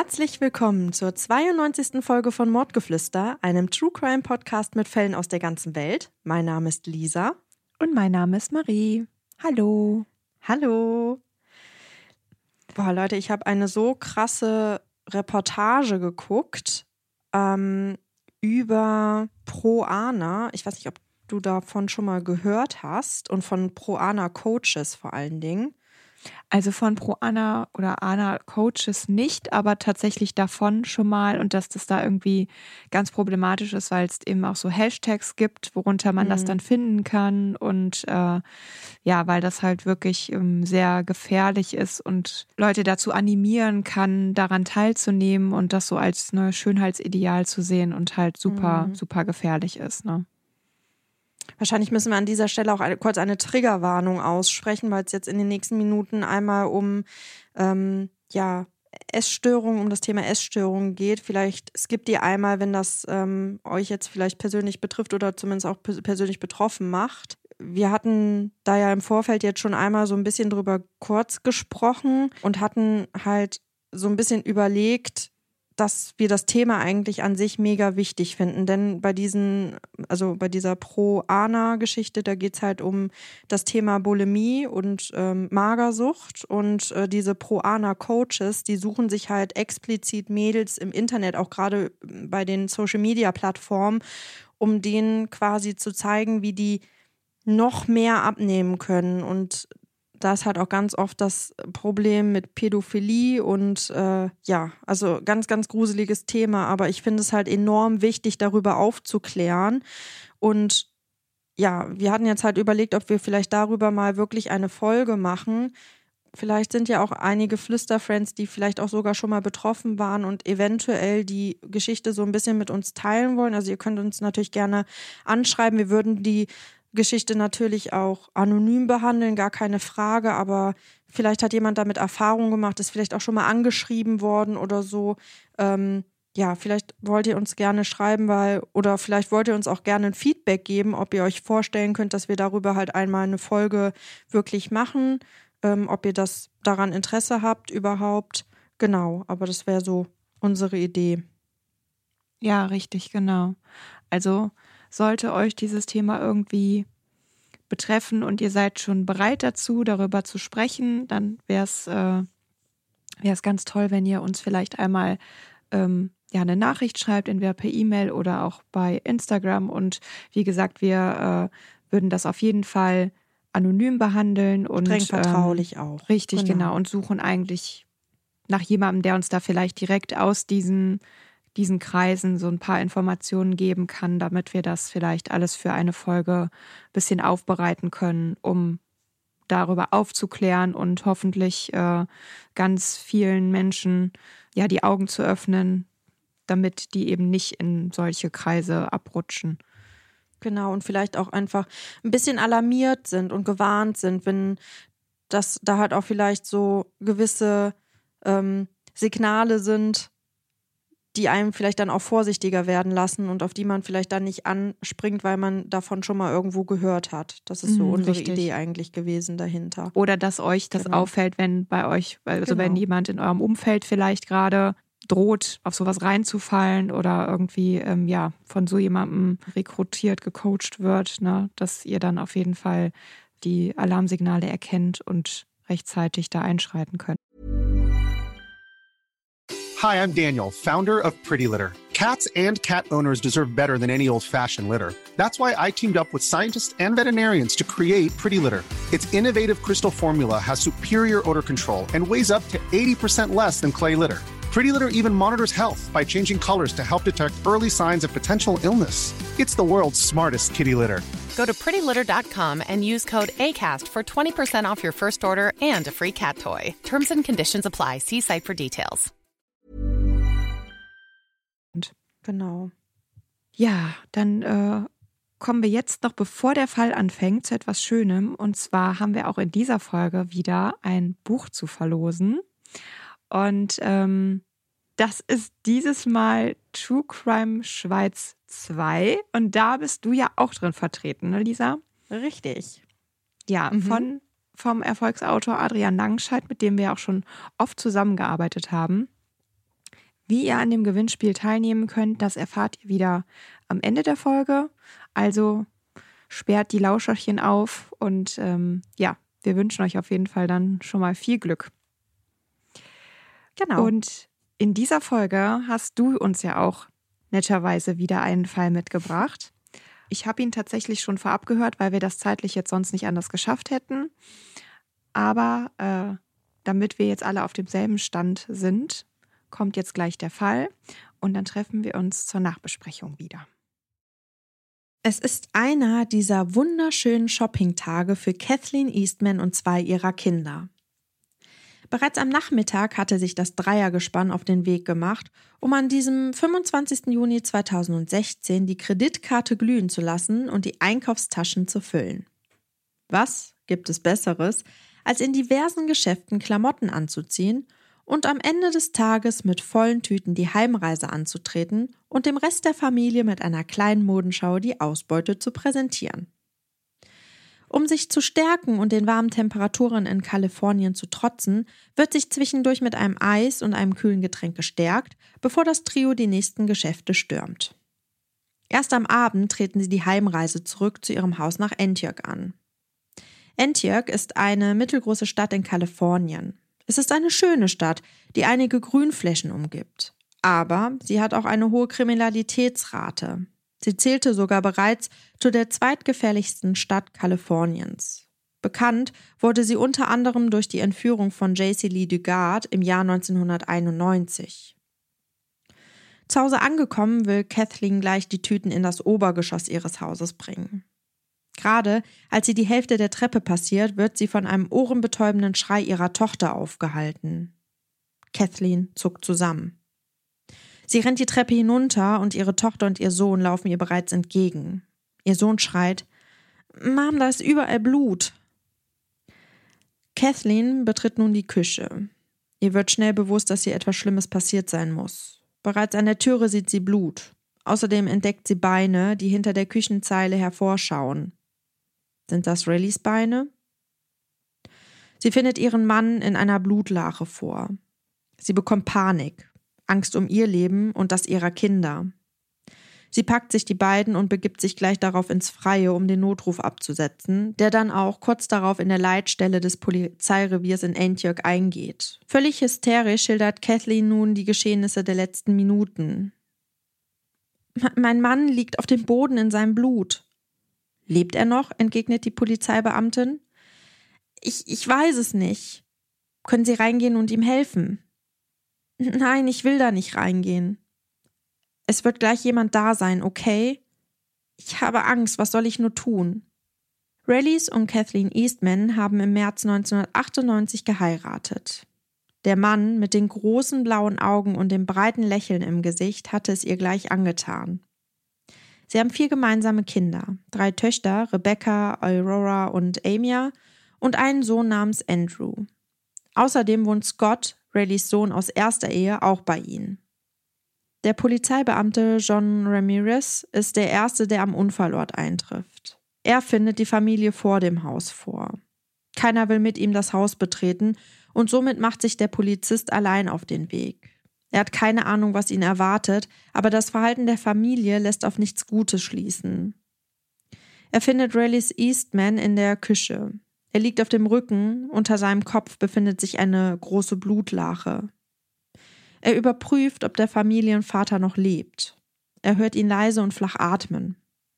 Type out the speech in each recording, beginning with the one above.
Herzlich willkommen zur 92. Folge von Mordgeflüster, einem True Crime Podcast mit Fällen aus der ganzen Welt. Mein Name ist Lisa. Und mein Name ist Marie. Hallo. Hallo. Boah, Leute, ich habe eine so krasse Reportage geguckt über Pro-Ana. Ich weiß nicht, ob du davon schon mal gehört hast und von Pro-Ana-Coaches vor allen Dingen. Also von Pro-Ana oder Ana-Coaches nicht, aber tatsächlich davon schon mal und dass das da irgendwie ganz problematisch ist, weil es eben auch so Hashtags gibt, worunter man das dann finden kann und weil das halt wirklich sehr gefährlich ist und Leute dazu animieren kann, daran teilzunehmen und das so als Schönheitsideal zu sehen und halt super, super gefährlich ist, ne? Wahrscheinlich müssen wir an dieser Stelle auch kurz eine Triggerwarnung aussprechen, weil es jetzt in den nächsten Minuten einmal um Essstörungen, um das Thema Essstörungen geht. Vielleicht skippt ihr einmal, wenn das euch jetzt vielleicht persönlich betrifft oder zumindest auch persönlich betroffen macht. Wir hatten da ja im Vorfeld jetzt schon einmal so ein bisschen drüber kurz gesprochen und hatten halt so ein bisschen überlegt, dass wir das Thema eigentlich an sich mega wichtig finden. Denn bei dieser Pro-Ana-Geschichte, da geht es halt um das Thema Bulimie und Magersucht. Und diese Pro-Ana-Coaches, die suchen sich halt explizit Mädels im Internet, auch gerade bei den Social-Media-Plattformen, um denen quasi zu zeigen, wie die noch mehr abnehmen können. Und da ist halt auch ganz oft das Problem mit Pädophilie und also ganz, ganz gruseliges Thema. Aber ich finde es halt enorm wichtig, darüber aufzuklären. Und ja, wir hatten jetzt halt überlegt, ob wir vielleicht darüber mal wirklich eine Folge machen. Vielleicht sind ja auch einige Flüsterfriends, die vielleicht auch sogar schon mal betroffen waren und eventuell die Geschichte so ein bisschen mit uns teilen wollen. Also ihr könnt uns natürlich gerne anschreiben. Wir würden die Geschichte natürlich auch anonym behandeln, gar keine Frage, aber vielleicht hat jemand damit Erfahrung gemacht, ist vielleicht auch schon mal angeschrieben worden oder so. Vielleicht wollt ihr uns gerne schreiben, oder vielleicht wollt ihr uns auch gerne ein Feedback geben, ob ihr euch vorstellen könnt, dass wir darüber halt einmal eine Folge wirklich machen, ob ihr das daran Interesse habt überhaupt. Genau, aber das wäre so unsere Idee. Ja, richtig, genau. Also sollte euch dieses Thema irgendwie betreffen und ihr seid schon bereit dazu, darüber zu sprechen, dann wäre es ganz toll, wenn ihr uns vielleicht einmal eine Nachricht schreibt, entweder per E-Mail oder auch bei Instagram. Und wie gesagt, wir würden das auf jeden Fall anonym behandeln und streng vertraulich auch. Richtig, genau. Und suchen eigentlich nach jemandem, der uns da vielleicht direkt aus diesen Kreisen so ein paar Informationen geben kann, damit wir das vielleicht alles für eine Folge ein bisschen aufbereiten können, um darüber aufzuklären und hoffentlich ganz vielen Menschen die Augen zu öffnen, damit die eben nicht in solche Kreise abrutschen. Genau, und vielleicht auch einfach ein bisschen alarmiert sind und gewarnt sind, wenn das da halt auch vielleicht so gewisse Signale sind, die einem vielleicht dann auch vorsichtiger werden lassen und auf die man vielleicht dann nicht anspringt, weil man davon schon mal irgendwo gehört hat. Das ist so unsere Idee eigentlich gewesen dahinter. Oder dass euch das auffällt, wenn bei euch, wenn jemand in eurem Umfeld vielleicht gerade droht, auf sowas reinzufallen oder irgendwie von so jemandem rekrutiert, gecoacht wird, ne, dass ihr dann auf jeden Fall die Alarmsignale erkennt und rechtzeitig da einschreiten könnt. Hi, I'm Daniel, founder of Pretty Litter. Cats and cat owners deserve better than any old-fashioned litter. That's why I teamed up with scientists and veterinarians to create Pretty Litter. Its innovative crystal formula has superior odor control and weighs up to 80% less than clay litter. Pretty Litter even monitors health by changing colors to help detect early signs of potential illness. It's the world's smartest kitty litter. Go to prettylitter.com and use code ACAST for 20% off your first order and a free cat toy. Terms and conditions apply. See site for details. Genau. Ja, dann kommen wir jetzt noch, bevor der Fall anfängt, zu etwas Schönem. Und zwar haben wir auch in dieser Folge wieder ein Buch zu verlosen. Und das ist dieses Mal True Crime Schweiz 2. Und da bist du ja auch drin vertreten, ne, Lisa? Richtig. Ja, vom Erfolgsautor Adrian Langenscheidt, mit dem wir auch schon oft zusammengearbeitet haben. Wie ihr an dem Gewinnspiel teilnehmen könnt, das erfahrt ihr wieder am Ende der Folge. Also sperrt die Lauscherchen auf und wir wünschen euch auf jeden Fall dann schon mal viel Glück. Genau. Und in dieser Folge hast du uns ja auch netterweise wieder einen Fall mitgebracht. Ich habe ihn tatsächlich schon vorab gehört, weil wir das zeitlich jetzt sonst nicht anders geschafft hätten. Aber damit wir jetzt alle auf demselben Stand sind, kommt jetzt gleich der Fall und dann treffen wir uns zur Nachbesprechung wieder. Es ist einer dieser wunderschönen Shoppingtage für Kathleen Eastman und 2 ihrer Kinder. Bereits am Nachmittag hatte sich das Dreiergespann auf den Weg gemacht, um an diesem 25. Juni 2016 die Kreditkarte glühen zu lassen und die Einkaufstaschen zu füllen. Was gibt es Besseres, als in diversen Geschäften Klamotten anzuziehen und am Ende des Tages mit vollen Tüten die Heimreise anzutreten und dem Rest der Familie mit einer kleinen Modenschau die Ausbeute zu präsentieren. Um sich zu stärken und den warmen Temperaturen in Kalifornien zu trotzen, wird sich zwischendurch mit einem Eis und einem kühlen Getränk gestärkt, bevor das Trio die nächsten Geschäfte stürmt. Erst am Abend treten sie die Heimreise zurück zu ihrem Haus nach Antioch an. Antioch ist eine mittelgroße Stadt in Kalifornien. Es ist eine schöne Stadt, die einige Grünflächen umgibt. Aber sie hat auch eine hohe Kriminalitätsrate. Sie zählte sogar bereits zu der zweitgefährlichsten Stadt Kaliforniens. Bekannt wurde sie unter anderem durch die Entführung von Jaycee Lee Dugard im Jahr 1991. Zu Hause angekommen will Kathleen gleich die Tüten in das Obergeschoss ihres Hauses bringen. Gerade als sie die Hälfte der Treppe passiert, wird sie von einem ohrenbetäubenden Schrei ihrer Tochter aufgehalten. Kathleen zuckt zusammen. Sie rennt die Treppe hinunter und ihre Tochter und ihr Sohn laufen ihr bereits entgegen. Ihr Sohn schreit: »Mom, da ist überall Blut!« Kathleen betritt nun die Küche. Ihr wird schnell bewusst, dass ihr etwas Schlimmes passiert sein muss. Bereits an der Türe sieht sie Blut. Außerdem entdeckt sie Beine, die hinter der Küchenzeile hervorschauen. Sind das Rayleys Beine? Sie findet ihren Mann in einer Blutlache vor. Sie bekommt Panik, Angst um ihr Leben und das ihrer Kinder. Sie packt sich die beiden und begibt sich gleich darauf ins Freie, um den Notruf abzusetzen, der dann auch kurz darauf in der Leitstelle des Polizeireviers in Antioch eingeht. Völlig hysterisch schildert Kathleen nun die Geschehnisse der letzten Minuten. »Mein Mann liegt auf dem Boden in seinem Blut.« »Lebt er noch?« entgegnet die Polizeibeamtin. Ich weiß es nicht. Können Sie reingehen und ihm helfen?« »Nein, ich will da nicht reingehen.« »Es wird gleich jemand da sein, okay?« »Ich habe Angst, was soll ich nur tun?« Rayleigh und Kathleen Eastman haben im März 1998 geheiratet. Der Mann mit den großen blauen Augen und dem breiten Lächeln im Gesicht hatte es ihr gleich angetan. Sie haben 4 gemeinsame Kinder, 3 Töchter, Rebecca, Aurora und Amia, und einen Sohn namens Andrew. Außerdem wohnt Scott, Rayleighs Sohn aus erster Ehe, auch bei ihnen. Der Polizeibeamte John Ramirez ist der Erste, der am Unfallort eintrifft. Er findet die Familie vor dem Haus vor. Keiner will mit ihm das Haus betreten und somit macht sich der Polizist allein auf den Weg. Er hat keine Ahnung, was ihn erwartet, aber das Verhalten der Familie lässt auf nichts Gutes schließen. Er findet Rayleigh Eastman in der Küche. Er liegt auf dem Rücken, unter seinem Kopf befindet sich eine große Blutlache. Er überprüft, ob der Familienvater noch lebt. Er hört ihn leise und flach atmen.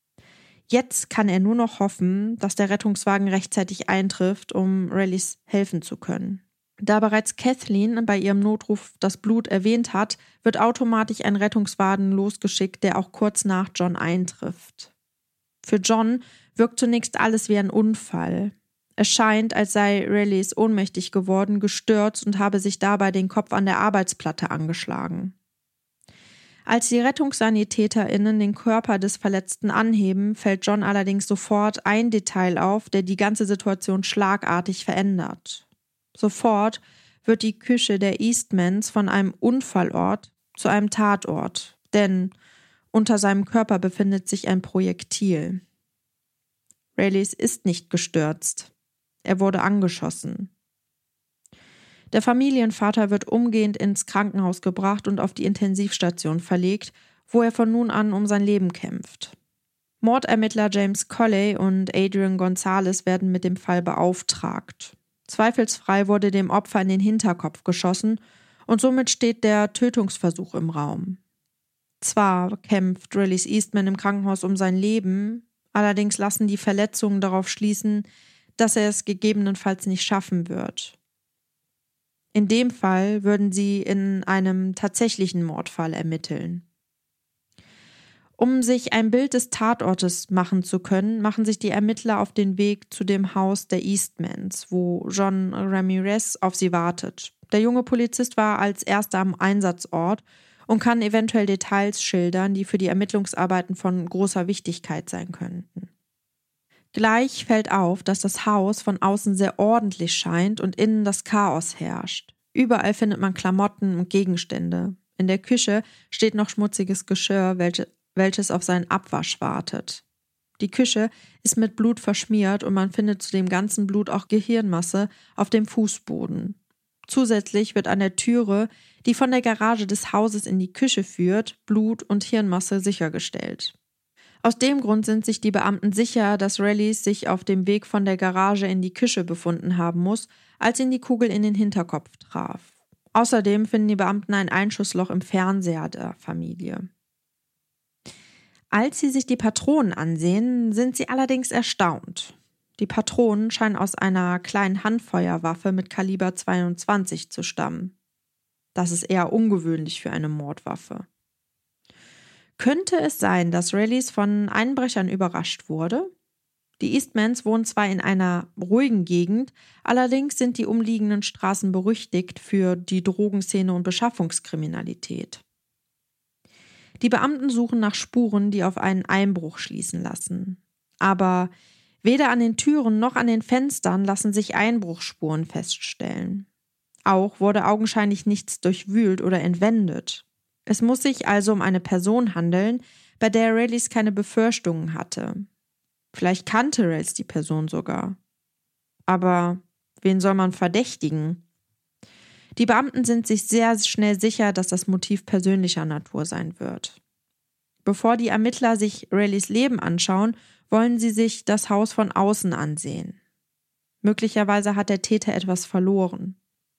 Jetzt kann er nur noch hoffen, dass der Rettungswagen rechtzeitig eintrifft, um Rayleigh helfen zu können. Da bereits Kathleen bei ihrem Notruf das Blut erwähnt hat, wird automatisch ein Rettungswagen losgeschickt, der auch kurz nach John eintrifft. Für John wirkt zunächst alles wie ein Unfall. Es scheint, als sei Rayleigh ohnmächtig geworden, gestürzt und habe sich dabei den Kopf an der Arbeitsplatte angeschlagen. Als die RettungssanitäterInnen den Körper des Verletzten anheben, fällt John allerdings sofort ein Detail auf, der die ganze Situation schlagartig verändert. Sofort wird die Küche der Eastmans von einem Unfallort zu einem Tatort, denn unter seinem Körper befindet sich ein Projektil. Rayleigh ist nicht gestürzt. Er wurde angeschossen. Der Familienvater wird umgehend ins Krankenhaus gebracht und auf die Intensivstation verlegt, wo er von nun an um sein Leben kämpft. Mordermittler James Colley und Adrian Gonzalez werden mit dem Fall beauftragt. Zweifelsfrei wurde dem Opfer in den Hinterkopf geschossen und somit steht der Tötungsversuch im Raum. Zwar kämpft Release Eastman im Krankenhaus um sein Leben, allerdings lassen die Verletzungen darauf schließen, dass er es gegebenenfalls nicht schaffen wird. In dem Fall würden sie in einem tatsächlichen Mordfall ermitteln. Um sich ein Bild des Tatortes machen zu können, machen sich die Ermittler auf den Weg zu dem Haus der Eastmans, wo John Ramirez auf sie wartet. Der junge Polizist war als erster am Einsatzort und kann eventuell Details schildern, die für die Ermittlungsarbeiten von großer Wichtigkeit sein könnten. Gleich fällt auf, dass das Haus von außen sehr ordentlich scheint und innen das Chaos herrscht. Überall findet man Klamotten und Gegenstände. In der Küche steht noch schmutziges Geschirr, welches auf seinen Abwasch wartet. Die Küche ist mit Blut verschmiert und man findet zu dem ganzen Blut auch Gehirnmasse auf dem Fußboden. Zusätzlich wird an der Türe, die von der Garage des Hauses in die Küche führt, Blut und Hirnmasse sichergestellt. Aus dem Grund sind sich die Beamten sicher, dass Release sich auf dem Weg von der Garage in die Küche befunden haben muss, als ihn die Kugel in den Hinterkopf traf. Außerdem finden die Beamten ein Einschussloch im Fernseher der Familie. Als sie sich die Patronen ansehen, sind sie allerdings erstaunt. Die Patronen scheinen aus einer kleinen Handfeuerwaffe mit Kaliber 22 zu stammen. Das ist eher ungewöhnlich für eine Mordwaffe. Könnte es sein, dass Release von Einbrechern überrascht wurde? Die Eastmans wohnen zwar in einer ruhigen Gegend, allerdings sind die umliegenden Straßen berüchtigt für die Drogenszene und Beschaffungskriminalität. Die Beamten suchen nach Spuren, die auf einen Einbruch schließen lassen. Aber weder an den Türen noch an den Fenstern lassen sich Einbruchsspuren feststellen. Auch wurde augenscheinlich nichts durchwühlt oder entwendet. Es muss sich also um eine Person handeln, bei der Release keine Befürchtungen hatte. Vielleicht kannte Release die Person sogar. Aber wen soll man verdächtigen? Die Beamten sind sich sehr schnell sicher, dass das Motiv persönlicher Natur sein wird. Bevor die Ermittler sich Release Leben anschauen, wollen sie sich das Haus von außen ansehen. Möglicherweise hat der Täter etwas verloren.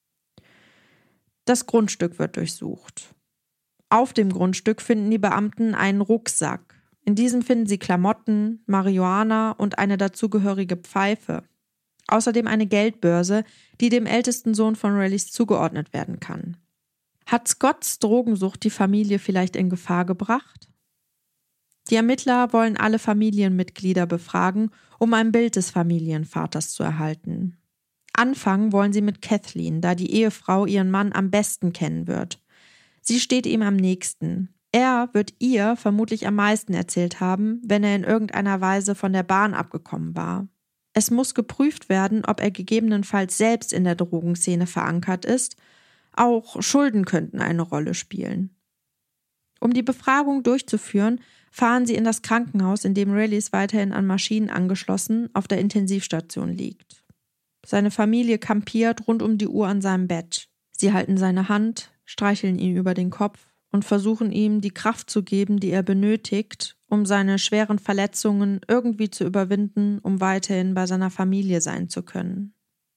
Das Grundstück wird durchsucht. Auf dem Grundstück finden die Beamten einen Rucksack. In diesem finden sie Klamotten, Marihuana und eine dazugehörige Pfeife. Außerdem eine Geldbörse, die dem ältesten Sohn von Release zugeordnet werden kann. Hat Scotts Drogensucht die Familie vielleicht in Gefahr gebracht? Die Ermittler wollen alle Familienmitglieder befragen, um ein Bild des Familienvaters zu erhalten. Anfangen wollen sie mit Kathleen, da die Ehefrau ihren Mann am besten kennen wird. Sie steht ihm am nächsten. Er wird ihr vermutlich am meisten erzählt haben, wenn er in irgendeiner Weise von der Bahn abgekommen war. Es muss geprüft werden, ob er gegebenenfalls selbst in der Drogenszene verankert ist. Auch Schulden könnten eine Rolle spielen. Um die Befragung durchzuführen, fahren sie in das Krankenhaus, in dem Release weiterhin an Maschinen angeschlossen auf der Intensivstation liegt. Seine Familie kampiert rund um die Uhr an seinem Bett. Sie halten seine Hand, streicheln ihn über den Kopf und versuchen ihm die Kraft zu geben, die er benötigt, um seine schweren Verletzungen irgendwie zu überwinden, um weiterhin bei seiner Familie sein zu können.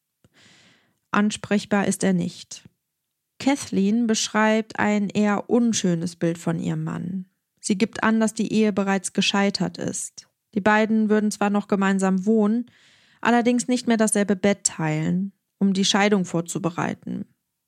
Ansprechbar ist er nicht. Kathleen beschreibt ein eher unschönes Bild von ihrem Mann. Sie gibt an, dass die Ehe bereits gescheitert ist. Die beiden würden zwar noch gemeinsam wohnen, allerdings nicht mehr dasselbe Bett teilen, um die Scheidung vorzubereiten.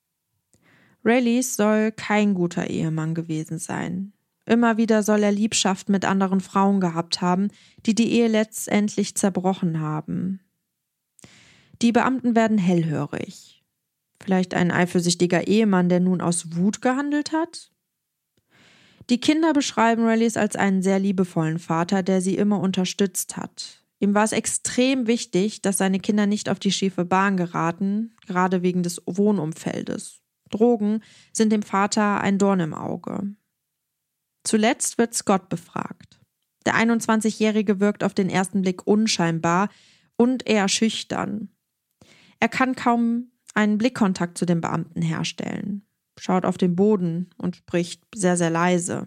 Release soll kein guter Ehemann gewesen sein. Immer wieder soll er Liebschaft mit anderen Frauen gehabt haben, die die Ehe letztendlich zerbrochen haben. Die Beamten werden hellhörig. Vielleicht ein eifersüchtiger Ehemann, der nun aus Wut gehandelt hat? Die Kinder beschreiben Release als einen sehr liebevollen Vater, der sie immer unterstützt hat. Ihm war es extrem wichtig, dass seine Kinder nicht auf die schiefe Bahn geraten, gerade wegen des Wohnumfeldes. Drogen sind dem Vater ein Dorn im Auge. Zuletzt wird Scott befragt. Der 21-Jährige wirkt auf den ersten Blick unscheinbar und eher schüchtern. Er kann kaum einen Blickkontakt zu dem Beamten herstellen, schaut auf den Boden und spricht sehr, sehr leise.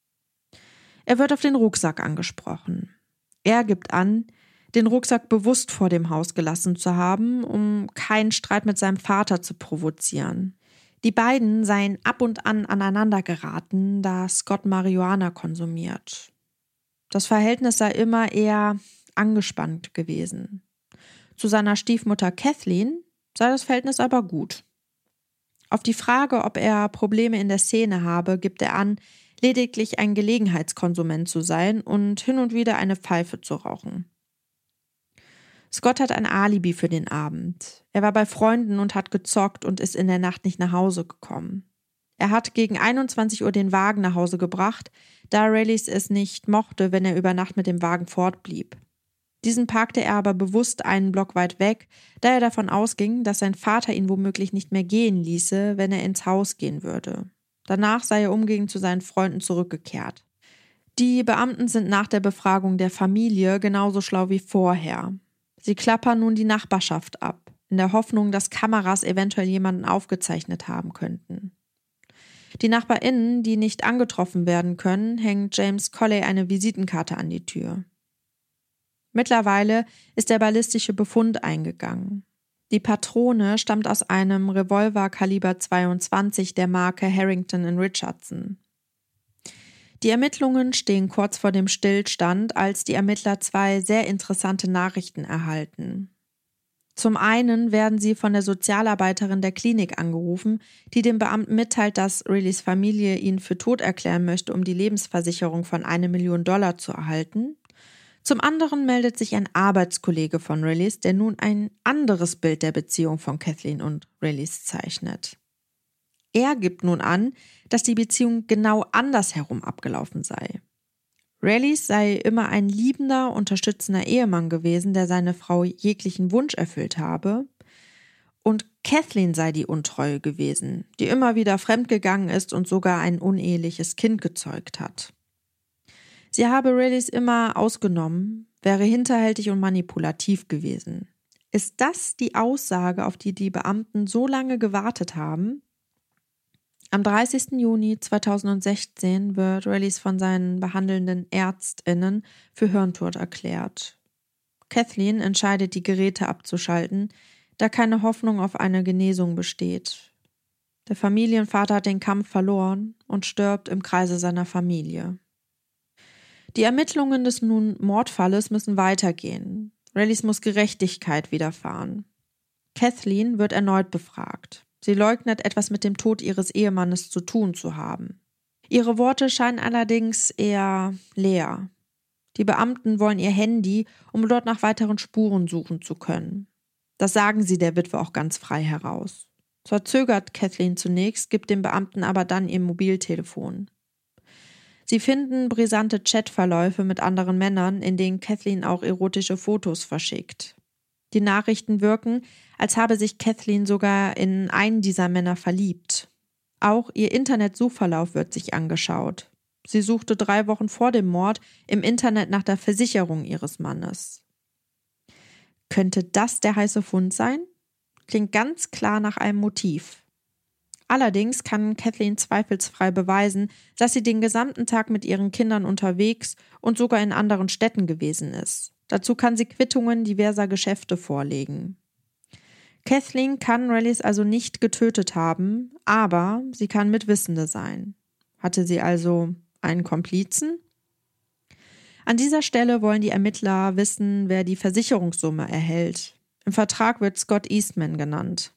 Er wird auf den Rucksack angesprochen. Er gibt an, den Rucksack bewusst vor dem Haus gelassen zu haben, um keinen Streit mit seinem Vater zu provozieren. Die beiden seien ab und an aneinander geraten, da Scott Marihuana konsumiert. Das Verhältnis sei immer eher angespannt gewesen. Zu seiner Stiefmutter Kathleen sei das Verhältnis aber gut. Auf die Frage, ob er Probleme in der Szene habe, gibt er an, lediglich ein Gelegenheitskonsument zu sein und hin und wieder eine Pfeife zu rauchen. Scott hat ein Alibi für den Abend. Er war bei Freunden und hat gezockt und ist in der Nacht nicht nach Hause gekommen. Er hat gegen 21 Uhr den Wagen nach Hause gebracht, da Rallis es nicht mochte, wenn er über Nacht mit dem Wagen fortblieb. Diesen parkte er aber bewusst einen Block weit weg, da er davon ausging, dass sein Vater ihn womöglich nicht mehr gehen ließe, wenn er ins Haus gehen würde. Danach sei er umgehend zu seinen Freunden zurückgekehrt. Die Beamten sind nach der Befragung der Familie genauso schlau wie vorher. Sie klappern nun die Nachbarschaft ab, in der Hoffnung, dass Kameras eventuell jemanden aufgezeichnet haben könnten. Die NachbarInnen, die nicht angetroffen werden können, hängt James Colley eine Visitenkarte an die Tür. Mittlerweile ist der ballistische Befund eingegangen. Die Patrone stammt aus einem Revolver Kaliber 22 der Marke Harrington & Richardson. Die Ermittlungen stehen kurz vor dem Stillstand, als die Ermittler zwei sehr interessante Nachrichten erhalten. Zum einen werden sie von der Sozialarbeiterin der Klinik angerufen, die dem Beamten mitteilt, dass Rallis Familie ihn für tot erklären möchte, um die Lebensversicherung von $1 Million zu erhalten. Zum anderen meldet sich ein Arbeitskollege von Rallis, der nun ein anderes Bild der Beziehung von Kathleen und Rallis zeichnet. Er gibt nun an, dass die Beziehung genau andersherum abgelaufen sei. Rallis sei immer ein liebender, unterstützender Ehemann gewesen, der seine Frau jeglichen Wunsch erfüllt habe. Und Kathleen sei die Untreue gewesen, die immer wieder fremdgegangen ist und sogar ein uneheliches Kind gezeugt hat. Sie habe Rallis immer ausgenommen, wäre hinterhältig und manipulativ gewesen. Ist das die Aussage, auf die die Beamten so lange gewartet haben? Am 30. Juni 2016 wird Rallis von seinen behandelnden ÄrztInnen für Hirntod erklärt. Kathleen entscheidet, die Geräte abzuschalten, da keine Hoffnung auf eine Genesung besteht. Der Familienvater hat den Kampf verloren und stirbt im Kreise seiner Familie. Die Ermittlungen des nun Mordfalles müssen weitergehen. Rallis muss Gerechtigkeit widerfahren. Kathleen wird erneut befragt. Sie leugnet, etwas mit dem Tod ihres Ehemannes zu tun zu haben. Ihre Worte scheinen allerdings eher leer. Die Beamten wollen ihr Handy, um dort nach weiteren Spuren suchen zu können. Das sagen sie der Witwe auch ganz frei heraus. Zwar zögert Kathleen zunächst, gibt dem Beamten aber dann ihr Mobiltelefon. Sie finden brisante Chatverläufe mit anderen Männern, in denen Kathleen auch erotische Fotos verschickt. Die Nachrichten wirken, als habe sich Kathleen sogar in einen dieser Männer verliebt. Auch ihr Internetsuchverlauf wird sich angeschaut. Sie suchte 3 Wochen vor dem Mord im Internet nach der Versicherung ihres Mannes. Könnte das der heiße Fund sein? Klingt ganz klar nach einem Motiv. Allerdings kann Kathleen zweifelsfrei beweisen, dass sie den gesamten Tag mit ihren Kindern unterwegs und sogar in anderen Städten gewesen ist. Dazu kann sie Quittungen diverser Geschäfte vorlegen. Kathleen kann Rallis also nicht getötet haben, aber sie kann Mitwissende sein. Hatte sie also einen Komplizen? An dieser Stelle wollen die Ermittler wissen, wer die Versicherungssumme erhält. Im Vertrag wird Scott Eastman genannt.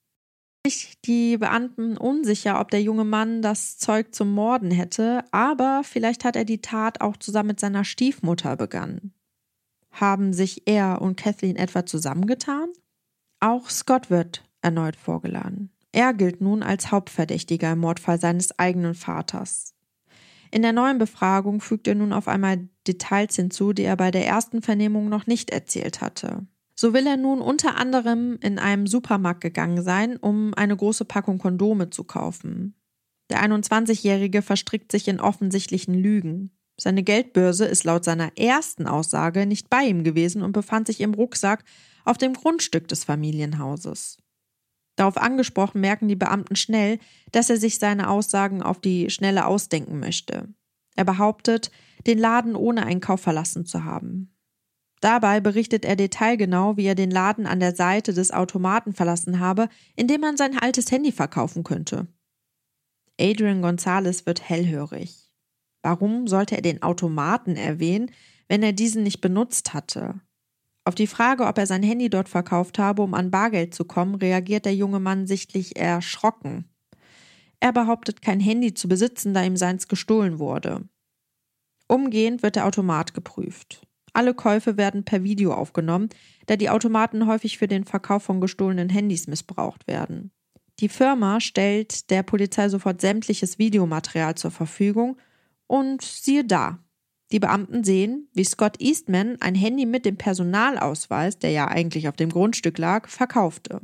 Die Beamten unsicher, ob der junge Mann das Zeug zum Morden hätte, aber vielleicht hat er die Tat auch zusammen mit seiner Stiefmutter begangen. Haben sich er und Kathleen etwa zusammengetan? Auch Scott wird erneut vorgeladen. Er gilt nun als Hauptverdächtiger im Mordfall seines eigenen Vaters. In der neuen Befragung fügt er nun auf einmal Details hinzu, die er bei der ersten Vernehmung noch nicht erzählt hatte. So will er nun unter anderem in einem Supermarkt gegangen sein, um eine große Packung Kondome zu kaufen. Der 21-Jährige verstrickt sich in offensichtlichen Lügen. Seine Geldbörse ist laut seiner ersten Aussage nicht bei ihm gewesen und befand sich im Rucksack auf dem Grundstück des Familienhauses. Darauf angesprochen merken die Beamten schnell, dass er sich seine Aussagen auf die Schnelle ausdenken möchte. Er behauptet, den Laden ohne Einkauf verlassen zu haben. Dabei berichtet er detailgenau, wie er den Laden an der Seite des Automaten verlassen habe, indem man sein altes Handy verkaufen könnte. Adrian Gonzalez wird hellhörig. Warum sollte er den Automaten erwähnen, wenn er diesen nicht benutzt hatte? Auf die Frage, ob er sein Handy dort verkauft habe, um an Bargeld zu kommen, reagiert der junge Mann sichtlich erschrocken. Er behauptet, kein Handy zu besitzen, da ihm seins gestohlen wurde. Umgehend wird der Automat geprüft. Alle Käufe werden per Video aufgenommen, da die Automaten häufig für den Verkauf von gestohlenen Handys missbraucht werden. Die Firma stellt der Polizei sofort sämtliches Videomaterial zur Verfügung und siehe da. Die Beamten sehen, wie Scott Eastman ein Handy mit dem Personalausweis, der ja eigentlich auf dem Grundstück lag, verkaufte.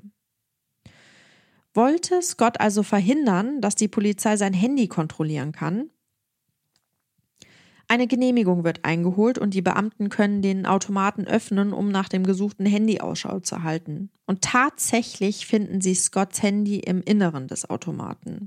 Wollte Scott also verhindern, dass die Polizei sein Handy kontrollieren kann? Eine Genehmigung wird eingeholt und die Beamten können den Automaten öffnen, um nach dem gesuchten Handy Ausschau zu halten. Und tatsächlich finden sie Scotts Handy im Inneren des Automaten.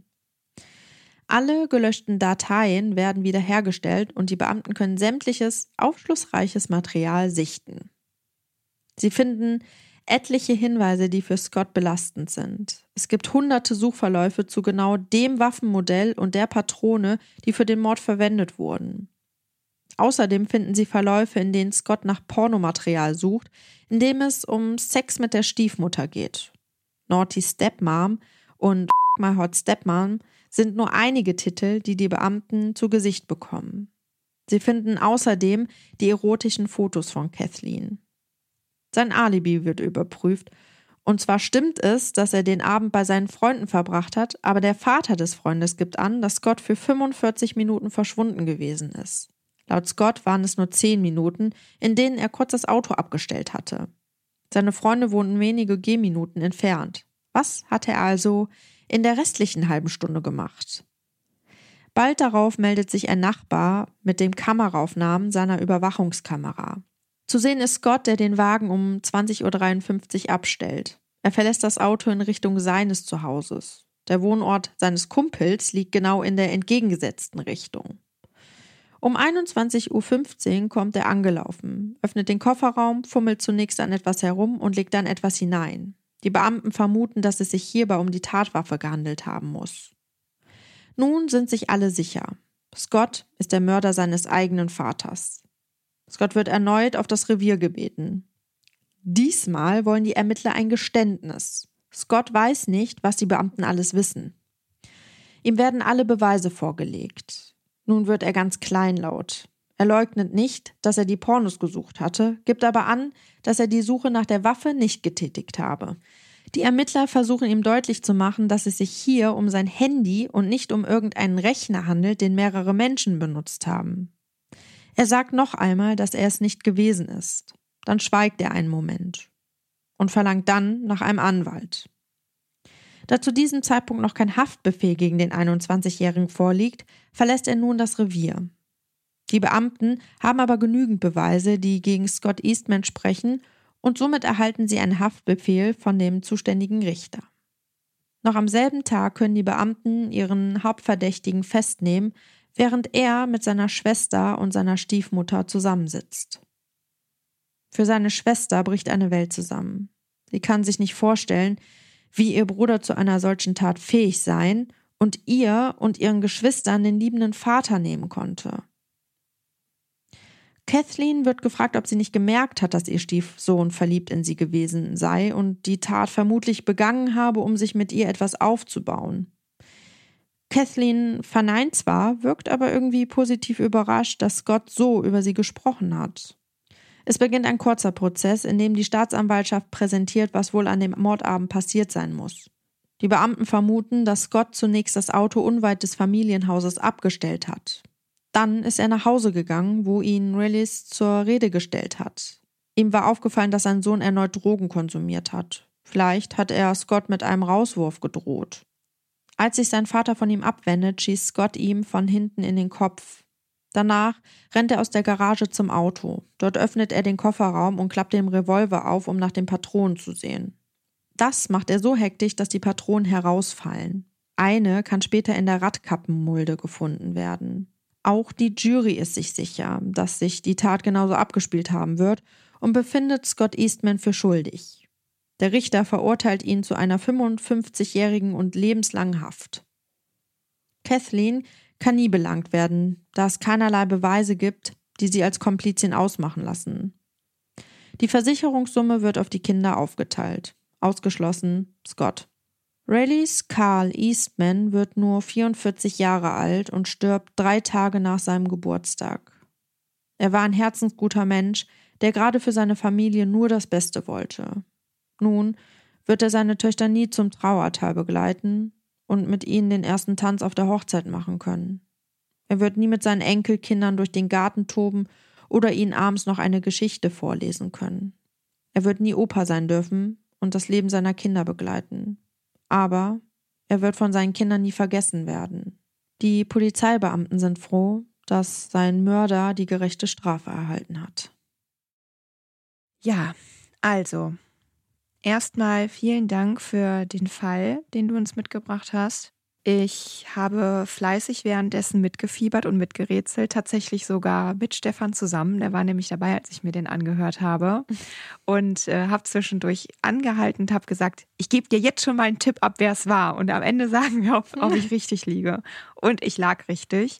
Alle gelöschten Dateien werden wiederhergestellt und die Beamten können sämtliches aufschlussreiches Material sichten. Sie finden etliche Hinweise, die für Scott belastend sind. Es gibt hunderte Suchverläufe zu genau dem Waffenmodell und der Patrone, die für den Mord verwendet wurden. Außerdem finden sie Verläufe, in denen Scott nach Pornomaterial sucht, in dem es um Sex mit der Stiefmutter geht. Naughty Stepmom und My Hot Stepmom sind nur einige Titel, die die Beamten zu Gesicht bekommen. Sie finden außerdem die erotischen Fotos von Kathleen. Sein Alibi wird überprüft. Und zwar stimmt es, dass er den Abend bei seinen Freunden verbracht hat, aber der Vater des Freundes gibt an, dass Scott für 45 Minuten verschwunden gewesen ist. Laut Scott waren es nur 10 Minuten, in denen er kurz das Auto abgestellt hatte. Seine Freunde wohnten wenige Gehminuten entfernt. Was hatte er also in der restlichen halben Stunde gemacht? Bald darauf meldet sich ein Nachbar mit den Kameraaufnahmen seiner Überwachungskamera. Zu sehen ist Scott, der den Wagen um 20:53 Uhr abstellt. Er verlässt das Auto in Richtung seines Zuhauses. Der Wohnort seines Kumpels liegt genau in der entgegengesetzten Richtung. Um 21:15 Uhr kommt er angelaufen, öffnet den Kofferraum, fummelt zunächst an etwas herum und legt dann etwas hinein. Die Beamten vermuten, dass es sich hierbei um die Tatwaffe gehandelt haben muss. Nun sind sich alle sicher. Scott ist der Mörder seines eigenen Vaters. Scott wird erneut auf das Revier gebeten. Diesmal wollen die Ermittler ein Geständnis. Scott weiß nicht, was die Beamten alles wissen. Ihm werden alle Beweise vorgelegt. Nun wird er ganz kleinlaut. Er leugnet nicht, dass er die Pornos gesucht hatte, gibt aber an, dass er die Suche nach der Waffe nicht getätigt habe. Die Ermittler versuchen ihm deutlich zu machen, dass es sich hier um sein Handy und nicht um irgendeinen Rechner handelt, den mehrere Menschen benutzt haben. Er sagt noch einmal, dass er es nicht gewesen ist. Dann schweigt er einen Moment und verlangt dann nach einem Anwalt. Da zu diesem Zeitpunkt noch kein Haftbefehl gegen den 21-Jährigen vorliegt, verlässt er nun das Revier. Die Beamten haben aber genügend Beweise, die gegen Scott Eastman sprechen, und somit erhalten sie einen Haftbefehl von dem zuständigen Richter. Noch am selben Tag können die Beamten ihren Hauptverdächtigen festnehmen, während er mit seiner Schwester und seiner Stiefmutter zusammensitzt. Für seine Schwester bricht eine Welt zusammen. Sie kann sich nicht vorstellen, wie ihr Bruder zu einer solchen Tat fähig sein und ihr und ihren Geschwistern den liebenden Vater nehmen konnte. Kathleen wird gefragt, ob sie nicht gemerkt hat, dass ihr Stiefsohn verliebt in sie gewesen sei und die Tat vermutlich begangen habe, um sich mit ihr etwas aufzubauen. Kathleen verneint zwar, wirkt aber irgendwie positiv überrascht, dass Scott so über sie gesprochen hat. Es beginnt ein kurzer Prozess, in dem die Staatsanwaltschaft präsentiert, was wohl an dem Mordabend passiert sein muss. Die Beamten vermuten, dass Scott zunächst das Auto unweit des Familienhauses abgestellt hat. Dann ist er nach Hause gegangen, wo ihn Rallis zur Rede gestellt hat. Ihm war aufgefallen, dass sein Sohn erneut Drogen konsumiert hat. Vielleicht hat er Scott mit einem Rauswurf gedroht. Als sich sein Vater von ihm abwendet, schießt Scott ihm von hinten in den Kopf. Danach rennt er aus der Garage zum Auto. Dort öffnet er den Kofferraum und klappt den Revolver auf, um nach den Patronen zu sehen. Das macht er so hektisch, dass die Patronen herausfallen. Eine kann später in der Radkappenmulde gefunden werden. Auch die Jury ist sich sicher, dass sich die Tat genauso abgespielt haben wird und befindet Scott Eastman für schuldig. Der Richter verurteilt ihn zu einer 55-jährigen und lebenslangen Haft. Kathleen kann nie belangt werden, da es keinerlei Beweise gibt, die sie als Komplizin ausmachen lassen. Die Versicherungssumme wird auf die Kinder aufgeteilt. Ausgeschlossen Scott. Rayleigh Carl Eastman wird nur 44 Jahre alt und stirbt 3 Tage nach seinem Geburtstag. Er war ein herzensguter Mensch, der gerade für seine Familie nur das Beste wollte. Nun wird er seine Töchter nie zum Trauertal begleiten und mit ihnen den ersten Tanz auf der Hochzeit machen können. Er wird nie mit seinen Enkelkindern durch den Garten toben oder ihnen abends noch eine Geschichte vorlesen können. Er wird nie Opa sein dürfen und das Leben seiner Kinder begleiten. Aber er wird von seinen Kindern nie vergessen werden. Die Polizeibeamten sind froh, dass sein Mörder die gerechte Strafe erhalten hat. Ja, also, erstmal vielen Dank für den Fall, den du uns mitgebracht hast. Ich habe fleißig währenddessen mitgefiebert und mitgerätselt, tatsächlich sogar mit Stefan zusammen. Der war nämlich dabei, als ich mir den angehört habe. Und habe zwischendurch angehalten und habe gesagt, ich gebe dir jetzt schon mal einen Tipp ab, wer es war. Und am Ende sagen wir, ob ich richtig liege. Und ich lag richtig.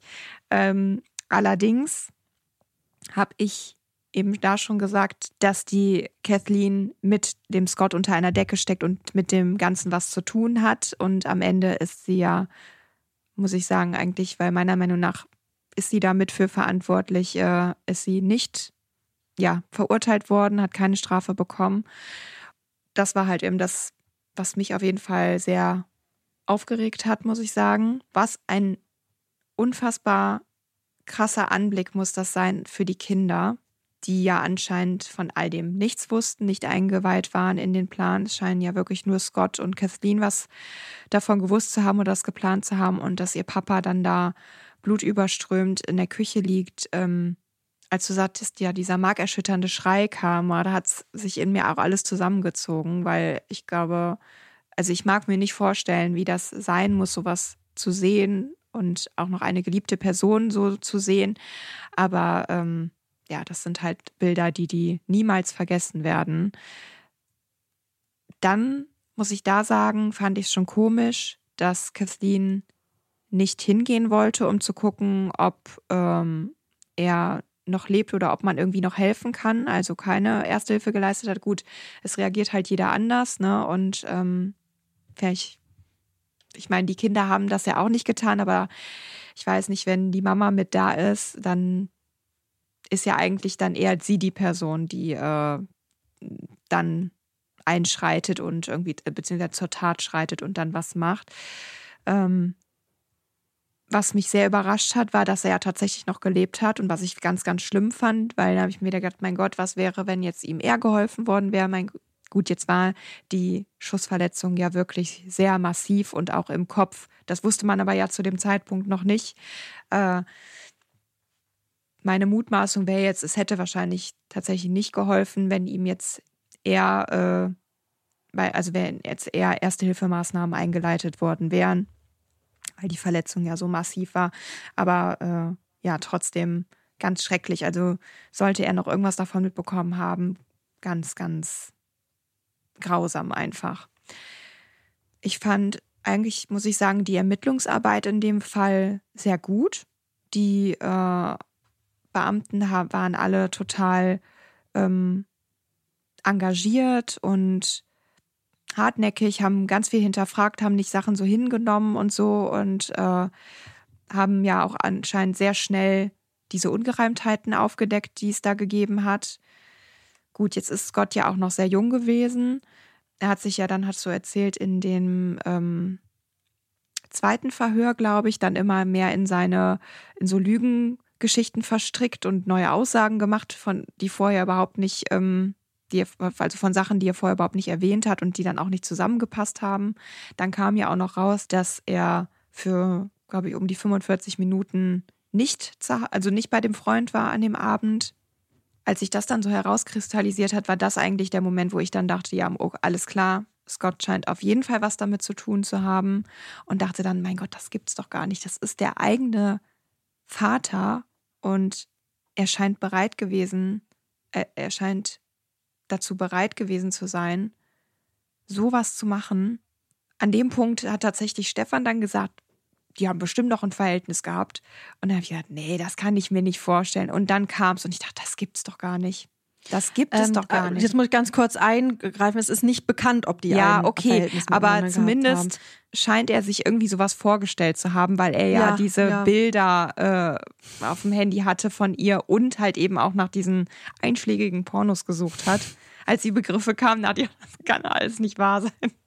Allerdings habe ich eben da schon gesagt, dass die Kathleen mit dem Scott unter einer Decke steckt und mit dem Ganzen was zu tun hat. Und am Ende ist sie ja, muss ich sagen, eigentlich, weil meiner Meinung nach ist sie damit für verantwortlich, ist sie nicht verurteilt worden, hat keine Strafe bekommen. Das war halt eben das, was mich auf jeden Fall sehr aufgeregt hat, muss ich sagen. Was ein unfassbar krasser Anblick muss das sein für die Kinder, die ja anscheinend von all dem nichts wussten, nicht eingeweiht waren in den Plan. Es scheinen ja wirklich nur Scott und Kathleen was davon gewusst zu haben oder das geplant zu haben und dass ihr Papa dann da blutüberströmt in der Küche liegt. Als du sagtest, ja, dieser markerschütternde Schrei kam, da hat es sich in mir auch alles zusammengezogen, weil ich glaube, also ich mag mir nicht vorstellen, wie das sein muss, sowas zu sehen und auch noch eine geliebte Person so zu sehen, aber das sind halt Bilder, die niemals vergessen werden. Dann, muss ich da sagen, fand ich es schon komisch, dass Kathleen nicht hingehen wollte, um zu gucken, ob er noch lebt oder ob man irgendwie noch helfen kann. Also keine Erste Hilfe geleistet hat. Gut, es reagiert halt jeder anders, ne? Und vielleicht, ich meine, die Kinder haben das ja auch nicht getan, aber ich weiß nicht, wenn die Mama mit da ist, dann ist ja eigentlich dann eher sie die Person, die dann einschreitet und irgendwie, beziehungsweise zur Tat schreitet und dann was macht. Was mich sehr überrascht hat, war, dass er ja tatsächlich noch gelebt hat und was ich ganz, ganz schlimm fand, weil da habe ich mir gedacht, mein Gott, was wäre, wenn jetzt ihm eher geholfen worden wäre? Gut, jetzt war die Schussverletzung ja wirklich sehr massiv und auch im Kopf. Das wusste man aber ja zu dem Zeitpunkt noch nicht. Meine Mutmaßung wäre jetzt, es hätte wahrscheinlich tatsächlich nicht geholfen, wenn ihm jetzt wenn jetzt eher Erste-Hilfemaßnahmen eingeleitet worden wären, weil die Verletzung ja so massiv war. Aber trotzdem ganz schrecklich. Also sollte er noch irgendwas davon mitbekommen haben, ganz, ganz grausam einfach. Ich fand eigentlich, muss ich sagen, die Ermittlungsarbeit in dem Fall sehr gut. Die Beamten waren alle total engagiert und hartnäckig, haben ganz viel hinterfragt, haben nicht Sachen so hingenommen und so und haben ja auch anscheinend sehr schnell diese Ungereimtheiten aufgedeckt, die es da gegeben hat. Gut, jetzt ist Scott ja auch noch sehr jung gewesen. Er hat sich ja dann, hast du erzählt, in dem zweiten Verhör, glaube ich, dann immer mehr in so Lügengeschichten verstrickt und neue Aussagen gemacht, die vorher überhaupt nicht, also von Sachen, die er vorher überhaupt nicht erwähnt hat und die dann auch nicht zusammengepasst haben. Dann kam ja auch noch raus, dass er für, glaube ich, um die 45 Minuten nicht bei dem Freund war an dem Abend. Als sich das dann so herauskristallisiert hat, war das eigentlich der Moment, wo ich dann dachte, ja, alles klar, Scott scheint auf jeden Fall was damit zu tun zu haben und dachte dann, mein Gott, das gibt's doch gar nicht. Das ist der eigene Vater und er scheint dazu bereit gewesen zu sein, sowas zu machen. An dem Punkt hat tatsächlich Stefan dann gesagt, die haben bestimmt noch ein Verhältnis gehabt. Und dann habe ich gedacht, nee, das kann ich mir nicht vorstellen. Und dann kam es und ich dachte, das gibt's doch gar nicht. Das gibt es doch gar nicht. Jetzt muss ich ganz kurz eingreifen, es ist nicht bekannt, ob die ein Verhältnis aber zumindest scheint er sich irgendwie sowas vorgestellt zu haben, weil er diese Bilder auf dem Handy hatte von ihr und halt eben auch nach diesen einschlägigen Pornos gesucht hat. Als die Begriffe kamen, dachte ich, das kann alles nicht wahr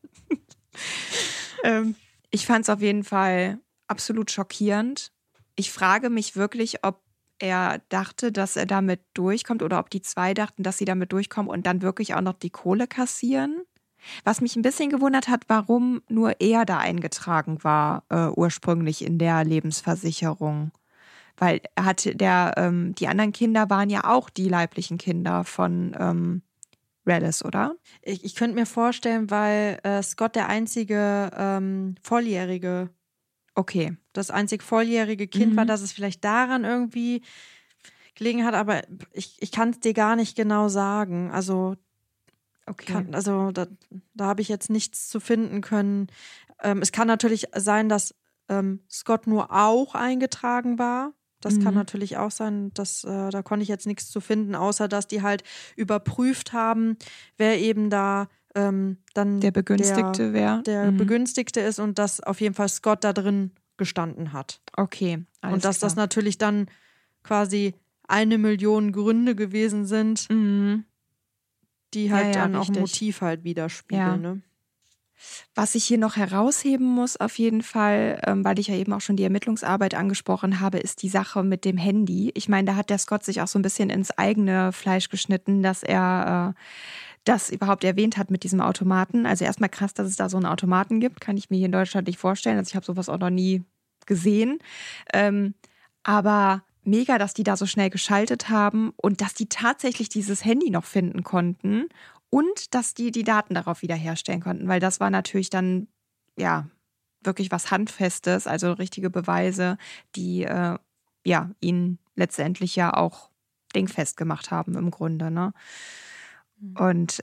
sein. Ich fand es auf jeden Fall absolut schockierend. Ich frage mich wirklich, ob er dachte, dass er damit durchkommt oder ob die zwei dachten, dass sie damit durchkommen und dann wirklich auch noch die Kohle kassieren. Was mich ein bisschen gewundert hat, warum nur er da eingetragen war, ursprünglich in der Lebensversicherung. Weil die anderen Kinder waren ja auch die leiblichen Kinder von Rallis, oder? Ich könnte mir vorstellen, weil Scott der einzige volljährige das einzig volljährige Kind war, dass es vielleicht daran irgendwie gelegen hat, aber ich kann es dir gar nicht genau sagen. Also, da habe ich jetzt nichts zu finden können. Es kann natürlich sein, dass Scott nur auch eingetragen war. Das kann natürlich auch sein, dass da konnte ich jetzt nichts zu finden, außer dass die halt überprüft haben, wer eben da dann der Begünstigte wäre. Der Begünstigte ist und dass auf jeden Fall Scott da drin gestanden hat. Okay, alles und dass klar. das natürlich dann quasi 1 Million Gründe gewesen sind, die halt dann auch ein Motiv halt widerspiegeln. Ja. Ne? Was ich hier noch herausheben muss auf jeden Fall, weil ich ja eben auch schon die Ermittlungsarbeit angesprochen habe, ist die Sache mit dem Handy. Ich meine, da hat der Scott sich auch so ein bisschen ins eigene Fleisch geschnitten, dass er das überhaupt erwähnt hat mit diesem Automaten. Also erstmal krass, dass es da so einen Automaten gibt, kann ich mir hier in Deutschland nicht vorstellen. Also ich habe sowas auch noch nie gesehen. Aber mega, dass die da so schnell geschaltet haben und dass die tatsächlich dieses Handy noch finden konnten und dass die Daten darauf wiederherstellen konnten, weil das war natürlich dann ja wirklich was Handfestes, also richtige Beweise, die ihn letztendlich ja auch dingfest gemacht haben im Grunde, ne? Und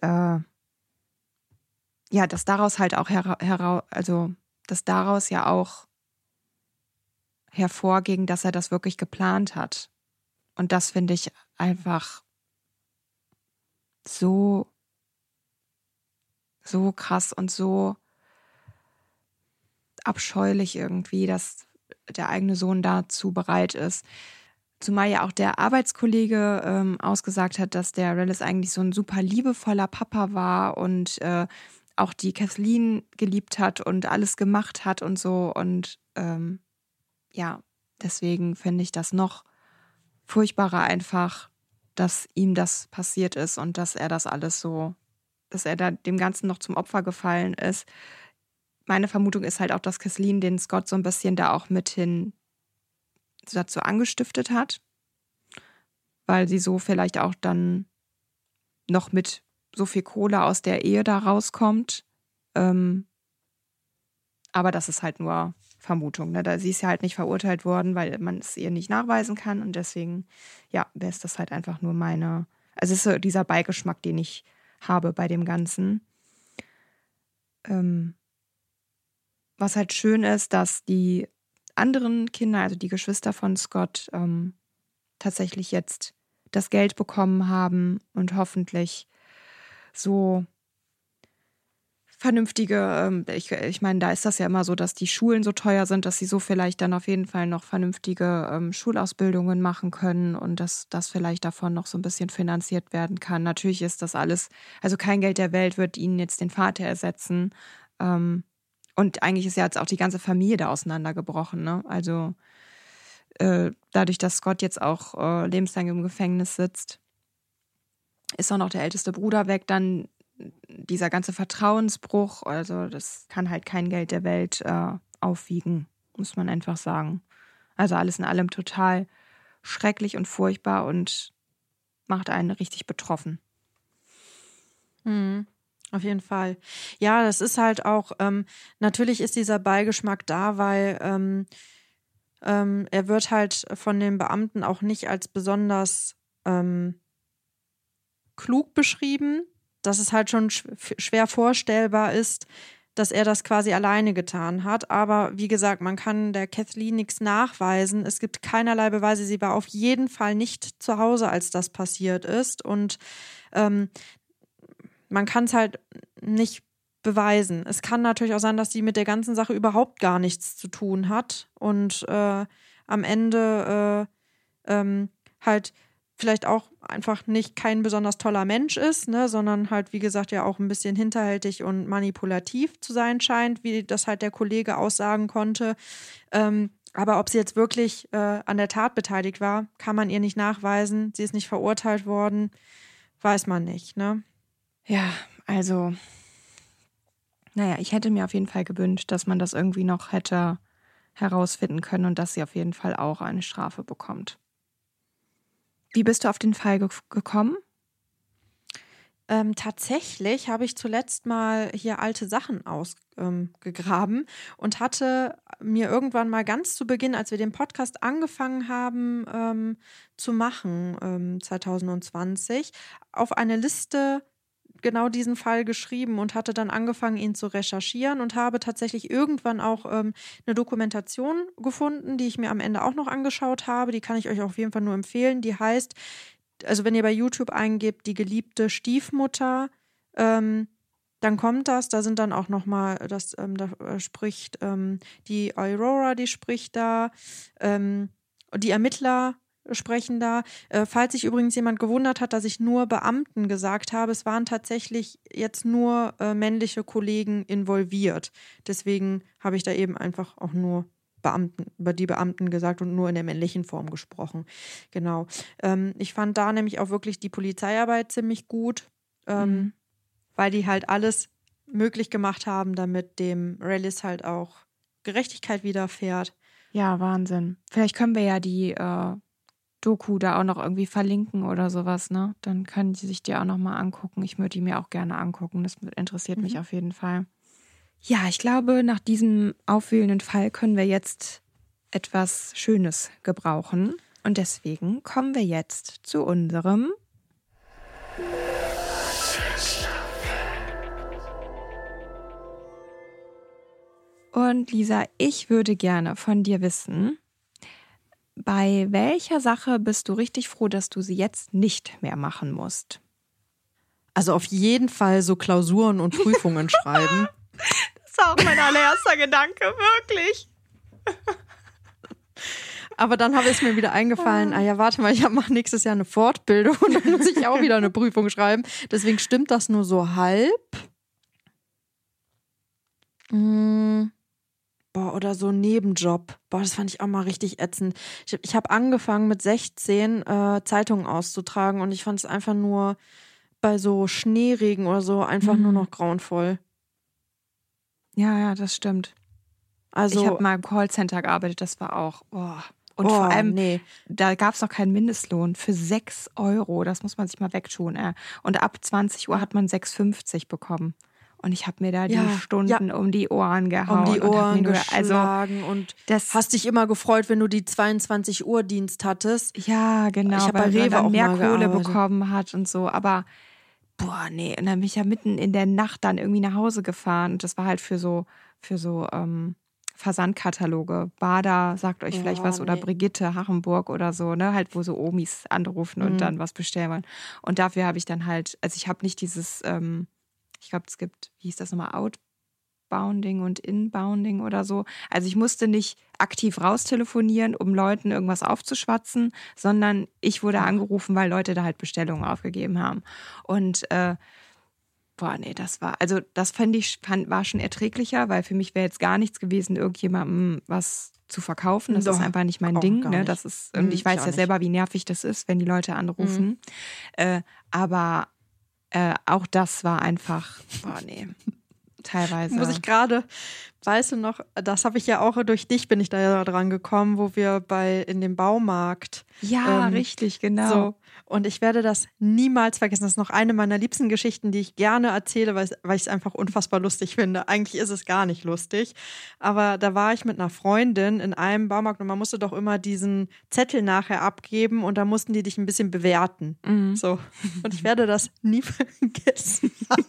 dass daraus halt auch dass daraus ja auch hervorging, dass er das wirklich geplant hat. Und das finde ich einfach so krass und so abscheulich irgendwie, dass der eigene Sohn dazu bereit ist. Zumal ja auch der Arbeitskollege ausgesagt hat, dass der Rallis eigentlich so ein super liebevoller Papa war und auch die Kathleen geliebt hat und alles gemacht hat und so. Und deswegen finde ich das noch furchtbarer einfach, dass ihm das passiert ist und dass er das alles so, dass er da dem Ganzen noch zum Opfer gefallen ist. Meine Vermutung ist halt auch, dass Kathleen den Scott so ein bisschen da auch mithin dazu angestiftet hat, weil sie so vielleicht auch dann noch mit so viel Kohle aus der Ehe da rauskommt. Aber das ist halt nur Vermutung. Ne? Sie ist ja halt nicht verurteilt worden, weil man es ihr nicht nachweisen kann. Und deswegen, wäre es das halt einfach nur also es ist so dieser Beigeschmack, den ich habe bei dem Ganzen. Was halt schön ist, dass die anderen Kinder, also die Geschwister von Scott, tatsächlich jetzt das Geld bekommen haben und hoffentlich so vernünftige, ich meine, da ist das ja immer so, dass die Schulen so teuer sind, dass sie so vielleicht dann auf jeden Fall noch vernünftige Schulausbildungen machen können und dass das vielleicht davon noch so ein bisschen finanziert werden kann. Natürlich ist das alles, also kein Geld der Welt wird ihnen jetzt den Vater ersetzen. Und eigentlich ist ja jetzt auch die ganze Familie da auseinandergebrochen, ne? Also dadurch, dass Scott jetzt auch lebenslang im Gefängnis sitzt, ist auch noch der älteste Bruder weg, dann dieser ganze Vertrauensbruch, also das kann halt kein Geld der Welt aufwiegen, muss man einfach sagen. Also alles in allem total schrecklich und furchtbar und macht einen richtig betroffen. Auf jeden Fall. Ja, das ist halt auch, natürlich ist dieser Beigeschmack da, weil er wird halt von den Beamten auch nicht als besonders klug beschrieben, dass es halt schon schwer vorstellbar ist, dass er das quasi alleine getan hat. Aber wie gesagt, man kann der Kathleen nichts nachweisen. Es gibt keinerlei Beweise. Sie war auf jeden Fall nicht zu Hause, als das passiert ist. Und man kann es halt nicht beweisen. Es kann natürlich auch sein, dass sie mit der ganzen Sache überhaupt gar nichts zu tun hat und am Ende halt vielleicht auch einfach nicht kein besonders toller Mensch ist, ne, sondern halt, wie gesagt, ja auch ein bisschen hinterhältig und manipulativ zu sein scheint, wie das halt der Kollege aussagen konnte. Aber ob sie jetzt wirklich an der Tat beteiligt war, kann man ihr nicht nachweisen. Sie ist nicht verurteilt worden, weiß man nicht, ne? Ja, also, naja, ich hätte mir auf jeden Fall gewünscht, dass man das irgendwie noch hätte herausfinden können und dass sie auf jeden Fall auch eine Strafe bekommt. Wie bist du auf den Fall gekommen? Tatsächlich habe ich zuletzt mal hier alte Sachen ausgegraben und hatte mir irgendwann mal ganz zu Beginn, als wir den Podcast angefangen haben zu machen, 2020, auf eine Liste genau diesen Fall geschrieben und hatte dann angefangen, ihn zu recherchieren und habe tatsächlich irgendwann auch eine Dokumentation gefunden, die ich mir am Ende auch noch angeschaut habe. Die kann ich euch auf jeden Fall nur empfehlen. Die heißt, also wenn ihr bei YouTube eingebt, die geliebte Stiefmutter, dann kommt das. Da sind dann auch nochmal, da spricht die Aurora, die spricht da, die Ermittler sprechen da. Falls sich übrigens jemand gewundert hat, dass ich nur Beamten gesagt habe, es waren tatsächlich jetzt nur männliche Kollegen involviert. Deswegen habe ich da eben einfach auch nur über die Beamten gesagt und nur in der männlichen Form gesprochen. Genau. Ich fand da nämlich auch wirklich die Polizeiarbeit ziemlich gut, weil die halt alles möglich gemacht haben, damit dem Rallis halt auch Gerechtigkeit widerfährt. Ja, Wahnsinn. Vielleicht können wir ja die Doku da auch noch irgendwie verlinken oder sowas, ne? Dann können die sich die auch noch mal angucken. Ich würde die mir auch gerne angucken. Das interessiert mich auf jeden Fall. Ja, ich glaube, nach diesem aufwühlenden Fall können wir jetzt etwas Schönes gebrauchen. Und deswegen kommen wir jetzt zu unserem Und Lisa, ich würde gerne von dir wissen, bei welcher Sache bist du richtig froh, dass du sie jetzt nicht mehr machen musst? Also auf jeden Fall so Klausuren und Prüfungen schreiben. Das war auch mein allererster Gedanke, wirklich. Aber dann habe es mir wieder eingefallen, warte mal, ich mache nächstes Jahr eine Fortbildung und dann muss ich auch wieder eine Prüfung schreiben. Deswegen stimmt das nur so halb. Oder so ein Nebenjob. Das fand ich auch mal richtig ätzend. Ich habe angefangen mit 16 Zeitungen auszutragen und ich fand es einfach nur bei so Schneeregen oder so einfach nur noch grauenvoll. Ja, das stimmt. Also, ich habe mal im Callcenter gearbeitet, das war auch, Und vor allem, da gab es noch keinen Mindestlohn für 6 €. Das muss man sich mal wegtun. Und ab 20 Uhr hat man 6,50 bekommen. Und ich habe mir da die Stunden um die Ohren gehauen. Um die Ohren geschlagen. Und hast dich immer gefreut, wenn du die 22 Uhr Dienst hattest. Ja, genau. Ich habe bei Rewe auch mehr mal Kohle gearbeitet. bekommen hat und so. Aber, und dann bin ich ja mitten in der Nacht dann irgendwie nach Hause gefahren. Und das war halt für so Versandkataloge. Bader sagt euch vielleicht was oder Brigitte Hachenburg oder so, ne? Halt, wo so Omis anrufen und dann was bestellen wollen. Und dafür habe ich dann halt, also ich habe nicht dieses, ich glaube, es gibt, wie hieß das nochmal, Outbounding und Inbounding oder so. Also ich musste nicht aktiv raustelefonieren, um Leuten irgendwas aufzuschwatzen, sondern ich wurde angerufen, weil Leute da halt Bestellungen aufgegeben haben. Und das war schon erträglicher, weil für mich wäre jetzt gar nichts gewesen, irgendjemandem was zu verkaufen. Das ist einfach nicht mein Ding. Ne? Das ist, und ich weiß ja selber, wie nervig das ist, wenn die Leute anrufen. Aber auch das war einfach, teilweise. Muss ich gerade, weißt du noch, das habe ich ja auch, durch dich bin ich da ja dran gekommen, wo wir in dem Baumarkt. Ja, richtig, genau. So. Und ich werde das niemals vergessen. Das ist noch eine meiner liebsten Geschichten, die ich gerne erzähle, weil ich es einfach unfassbar lustig finde. Eigentlich ist es gar nicht lustig. Aber da war ich mit einer Freundin in einem Baumarkt und man musste doch immer diesen Zettel nachher abgeben und da mussten die dich ein bisschen bewerten. Mhm. So. Und ich werde das nie vergessen.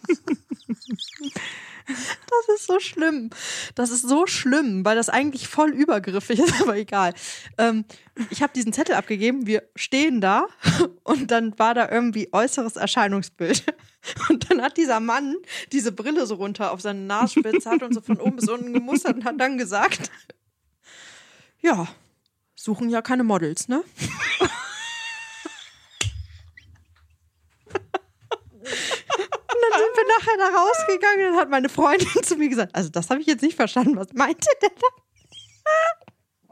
Das ist so schlimm. Das ist so schlimm, weil das eigentlich voll übergriffig ist, aber egal. Ich habe diesen Zettel abgegeben, wir stehen da und dann war da irgendwie äußeres Erscheinungsbild. Und dann hat dieser Mann diese Brille so runter auf seine Nasenspitze, hat uns so von oben bis unten gemustert und hat dann gesagt, ja, suchen ja keine Models, ne? Und dann sind wir nachher da rausgegangen und dann hat meine Freundin zu mir gesagt, also das habe ich jetzt nicht verstanden, was meinte der da?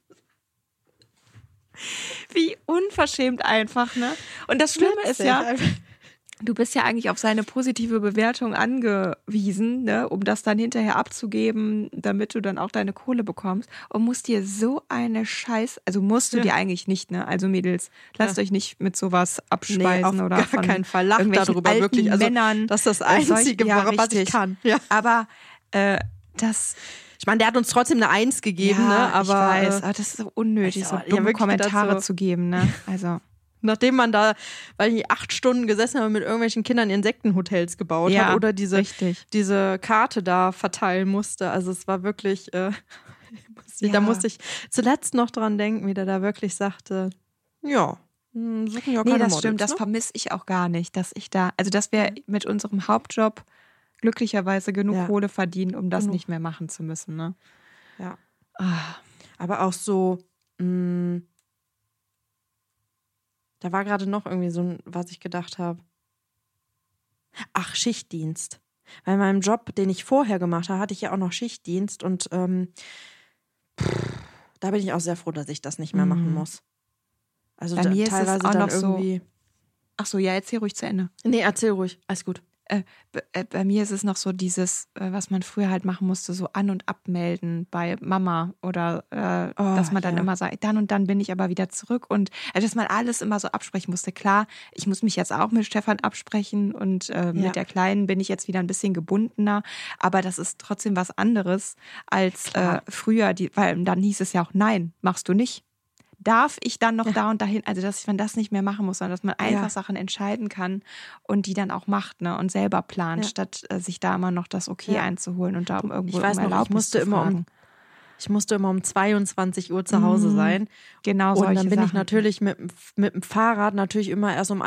Wie unverschämt einfach, ne? Und das Schlimme ist ja, du bist ja eigentlich auf seine positive Bewertung angewiesen, ne, um das dann hinterher abzugeben, damit du dann auch deine Kohle bekommst und musst dir so eine also musst du dir eigentlich nicht, ne? Also Mädels, lasst euch nicht mit sowas abspeisen oder gar von keinen Fall. Lacht irgendwelchen darüber alten wirklich. Also, Männern. das ist das Einzige, was ich kann. Ja. Aber das... Ich meine, der hat uns trotzdem eine 1 gegeben, ja, ne? Aber ich weiß, aber das ist so unnötig, so dumme Kommentare zu geben, ne? Also... Nachdem man da, weil ich 8 Stunden gesessen habe, mit irgendwelchen Kindern Insektenhotels gebaut hat oder diese Karte da verteilen musste. Also es war wirklich, da musste ich zuletzt noch dran denken, wie der da wirklich sagte, ja, suchen ja keine Models. Das stimmt, das vermisse ich auch gar nicht, dass wir mit unserem Hauptjob glücklicherweise genug Kohle verdienen, um das nicht mehr machen zu müssen, ne? Ja. Aber auch so, da war gerade noch irgendwie so, was ich gedacht habe. Ach, Schichtdienst. Bei meinem Job, den ich vorher gemacht habe, hatte ich ja auch noch Schichtdienst und da bin ich auch sehr froh, dass ich das nicht mehr machen muss. Also bei mir teilweise ist es auch dann noch irgendwie. Ach so, ja, erzähl ruhig zu Ende. Nee, erzähl ruhig, alles gut. Bei mir ist es noch so dieses, was man früher halt machen musste, so an- und abmelden bei Mama oder dass man dann immer sagt, dann und dann bin ich aber wieder zurück und dass man alles immer so absprechen musste. Klar, ich muss mich jetzt auch mit Stefan absprechen und mit der Kleinen bin ich jetzt wieder ein bisschen gebundener, aber das ist trotzdem was anderes als früher, weil dann hieß es ja auch, nein, machst du nicht. Darf ich dann noch da und dahin, also dass man das nicht mehr machen muss, sondern dass man einfach Sachen entscheiden kann und die dann auch macht, ne, und selber plant, statt sich da immer noch das Okay einzuholen und da irgendwo Erlaubnis zu fragen. Ich musste immer um 22 Uhr zu Hause sein. Genau, und dann bin ich natürlich mit dem Fahrrad natürlich immer erst um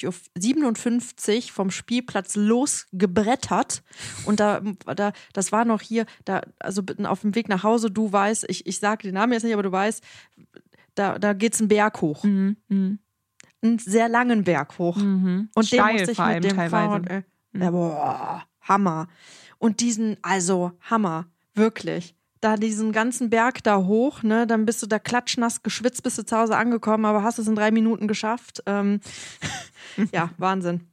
21.57 Uhr vom Spielplatz losgebrettert. Und das war noch hier, also auf dem Weg nach Hause, du weißt, ich sage den Namen jetzt nicht, aber du weißt, da geht's einen Berg hoch. Mhm. Einen sehr langen Berg hoch. Mhm. Und steil den musste ich mit dem Fahrrad, boah, Hammer. Und Hammer, wirklich. Da diesen ganzen Berg da hoch, ne, dann bist du da klatschnass geschwitzt, bist du zu Hause angekommen, aber hast es in 3 Minuten geschafft. Ja, Wahnsinn.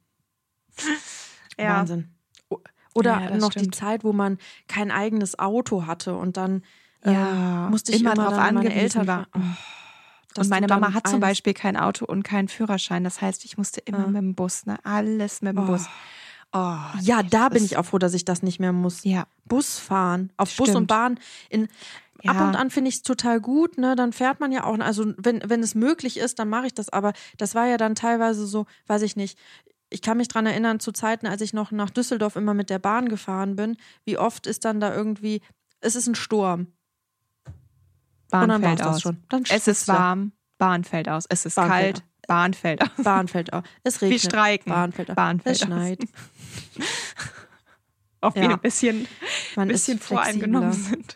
Ja. Wahnsinn. Oder noch stimmt. die Zeit, wo man kein eigenes Auto hatte und dann musste ich immer immer darauf meine angewiesen Eltern war. Und meine Mama hat zum Beispiel kein Auto und keinen Führerschein. Das heißt, ich musste immer mit dem Bus, ne? Alles mit dem Bus. Oh, ja, da bin ich auch froh, dass ich das nicht mehr muss. Ja. Bus fahren, auf Bus und Bahn. Ab und an finde ich es total gut, ne? Dann fährt man ja auch, also wenn es möglich ist, dann mache ich das. Aber das war ja dann teilweise so, weiß ich nicht. Ich kann mich dran erinnern, zu Zeiten, als ich noch nach Düsseldorf immer mit der Bahn gefahren bin, wie oft ist dann da irgendwie, es ist ein Sturm. Bahn und dann fällt war's das aus. schon. Dann es ist warm, Bahn fällt aus. Es ist kalt, Bahn fällt aus. Bahn fällt aus. Es regnet. Wir streiken. Bahn fällt aus. Es schneit. Ob wir ein bisschen voreingenommen sind.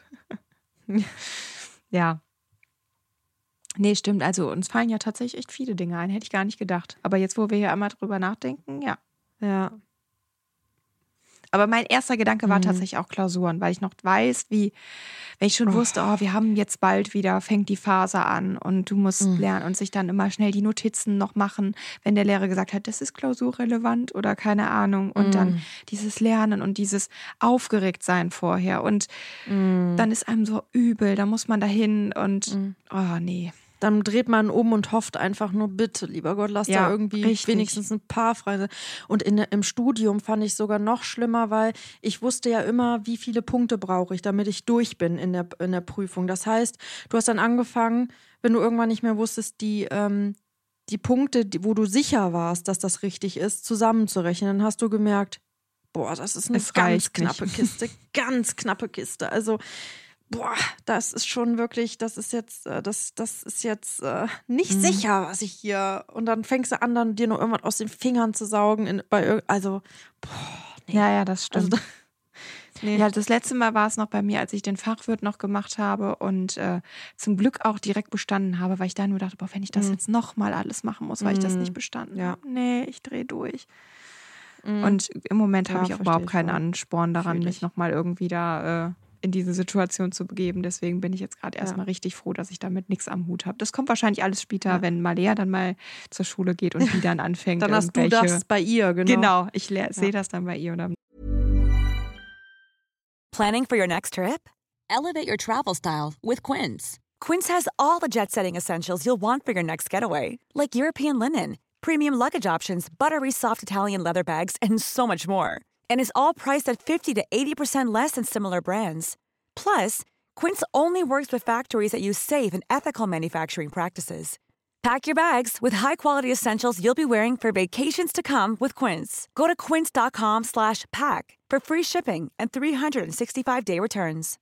Ja. Nee, stimmt. Also uns fallen ja tatsächlich echt viele Dinge ein. Hätte ich gar nicht gedacht. Aber jetzt, wo wir hier einmal drüber nachdenken, ja. Ja. Aber mein erster Gedanke war tatsächlich auch Klausuren, weil ich noch weiß, wenn ich schon wusste, wir haben jetzt bald wieder, fängt die Phase an und du musst lernen und sich dann immer schnell die Notizen noch machen, wenn der Lehrer gesagt hat, das ist klausurrelevant oder keine Ahnung. Und dann dieses Lernen und dieses Aufgeregtsein vorher. Und dann ist einem so übel, da muss man dahin und nee. Dann dreht man um und hofft einfach nur, bitte, lieber Gott, lass da irgendwie wenigstens ein paar frei sein. Und im Studium fand ich sogar noch schlimmer, weil ich wusste ja immer, wie viele Punkte brauche ich, damit ich durch bin in der Prüfung. Das heißt, du hast dann angefangen, wenn du irgendwann nicht mehr wusstest, die Punkte, wo du sicher warst, dass das richtig ist, zusammenzurechnen. Dann hast du gemerkt, boah, das ist eine ganz knappe Kiste, ganz knappe Kiste. Also das ist schon wirklich, das ist jetzt nicht sicher, was ich hier. Und dann fängst du an, dann dir noch irgendwas aus den Fingern zu saugen. Nee. Ja, das stimmt. Also, nee. Ja, das letzte Mal war es noch bei mir, als ich den Fachwirt noch gemacht habe und zum Glück auch direkt bestanden habe, weil ich da nur dachte, wenn ich das jetzt nochmal alles machen muss, weil ich das nicht bestanden habe. Nee, ich drehe durch. Und im Moment habe ich auch überhaupt keinen Ansporn daran, mich nochmal irgendwie da in diese Situation zu begeben. Deswegen bin ich jetzt gerade erstmal richtig froh, dass ich damit nichts am Hut habe. Das kommt wahrscheinlich alles später, wenn Malea dann mal zur Schule geht und die dann anfängt. Dann hast du das bei ihr, genau. Genau, ich sehe das dann bei ihr. Planning for your next trip? Elevate your travel style with Quince. Quince has all the jet-setting essentials you'll want for your next getaway, like European linen, premium luggage options, buttery soft Italian leather bags, and so much more. And is all priced at 50 to 80% less than similar brands. Plus, Quince only works with factories that use safe and ethical manufacturing practices. Pack your bags with high-quality essentials you'll be wearing for vacations to come with Quince. Go to quince.com/pack for free shipping and 365-day returns.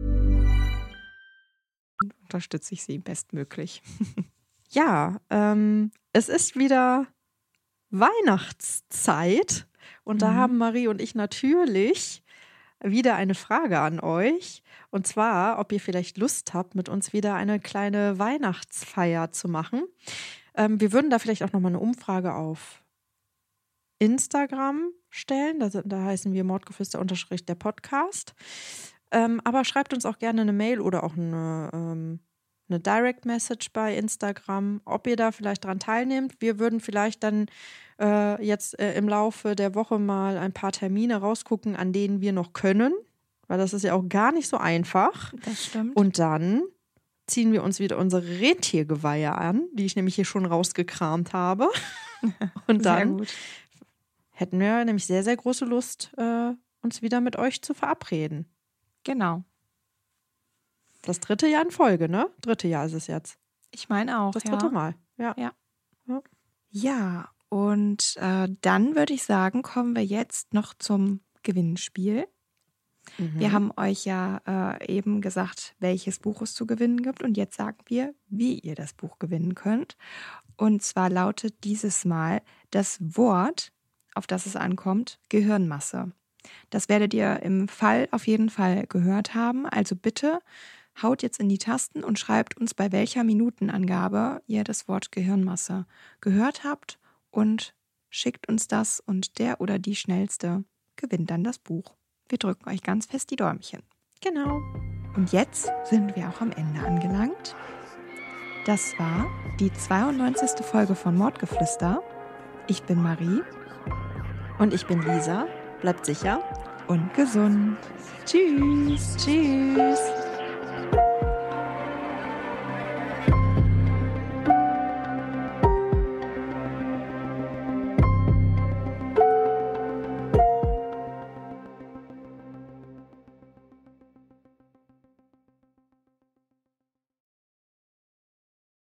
Unterstütze ich sie bestmöglich. Ja, es ist wieder Weihnachtszeit. Und da haben Marie und ich natürlich wieder eine Frage an euch. Und zwar, ob ihr vielleicht Lust habt, mit uns wieder eine kleine Weihnachtsfeier zu machen. Wir würden da vielleicht auch nochmal eine Umfrage auf Instagram stellen. Da heißen wir Mordgeflüster_der Podcast. Aber schreibt uns auch gerne eine Mail oder auch eine Direct Message bei Instagram, ob ihr da vielleicht dran teilnehmt. Wir würden vielleicht dann jetzt im Laufe der Woche mal ein paar Termine rausgucken, an denen wir noch können, weil das ist ja auch gar nicht so einfach. Das stimmt. Und dann ziehen wir uns wieder unsere Rentiergeweihe an, die ich nämlich hier schon rausgekramt habe. Und dann hätten wir nämlich sehr, sehr große Lust, uns wieder mit euch zu verabreden. Genau. Das 3. Jahr in Folge, ne? 3. Jahr ist es jetzt. Ich meine auch, das 3. Mal. Ja, und dann würde ich sagen, kommen wir jetzt noch zum Gewinnspiel. Wir haben euch ja eben gesagt, welches Buch es zu gewinnen gibt. Und jetzt sagen wir, wie ihr das Buch gewinnen könnt. Und zwar lautet dieses Mal das Wort, auf das es ankommt, Gehirnmasse. Das werdet ihr im Fall auf jeden Fall gehört haben. Also bitte haut jetzt in die Tasten und schreibt uns, bei welcher Minutenangabe ihr das Wort Gehirnmasse gehört habt und schickt uns das und der oder die Schnellste gewinnt dann das Buch. Wir drücken euch ganz fest die Däumchen. Genau. Und jetzt sind wir auch am Ende angelangt. Das war die 92. Folge von Mordgeflüster. Ich bin Marie. Und ich bin Lisa. Bleibt sicher und gesund. Tschüss. Tschüss.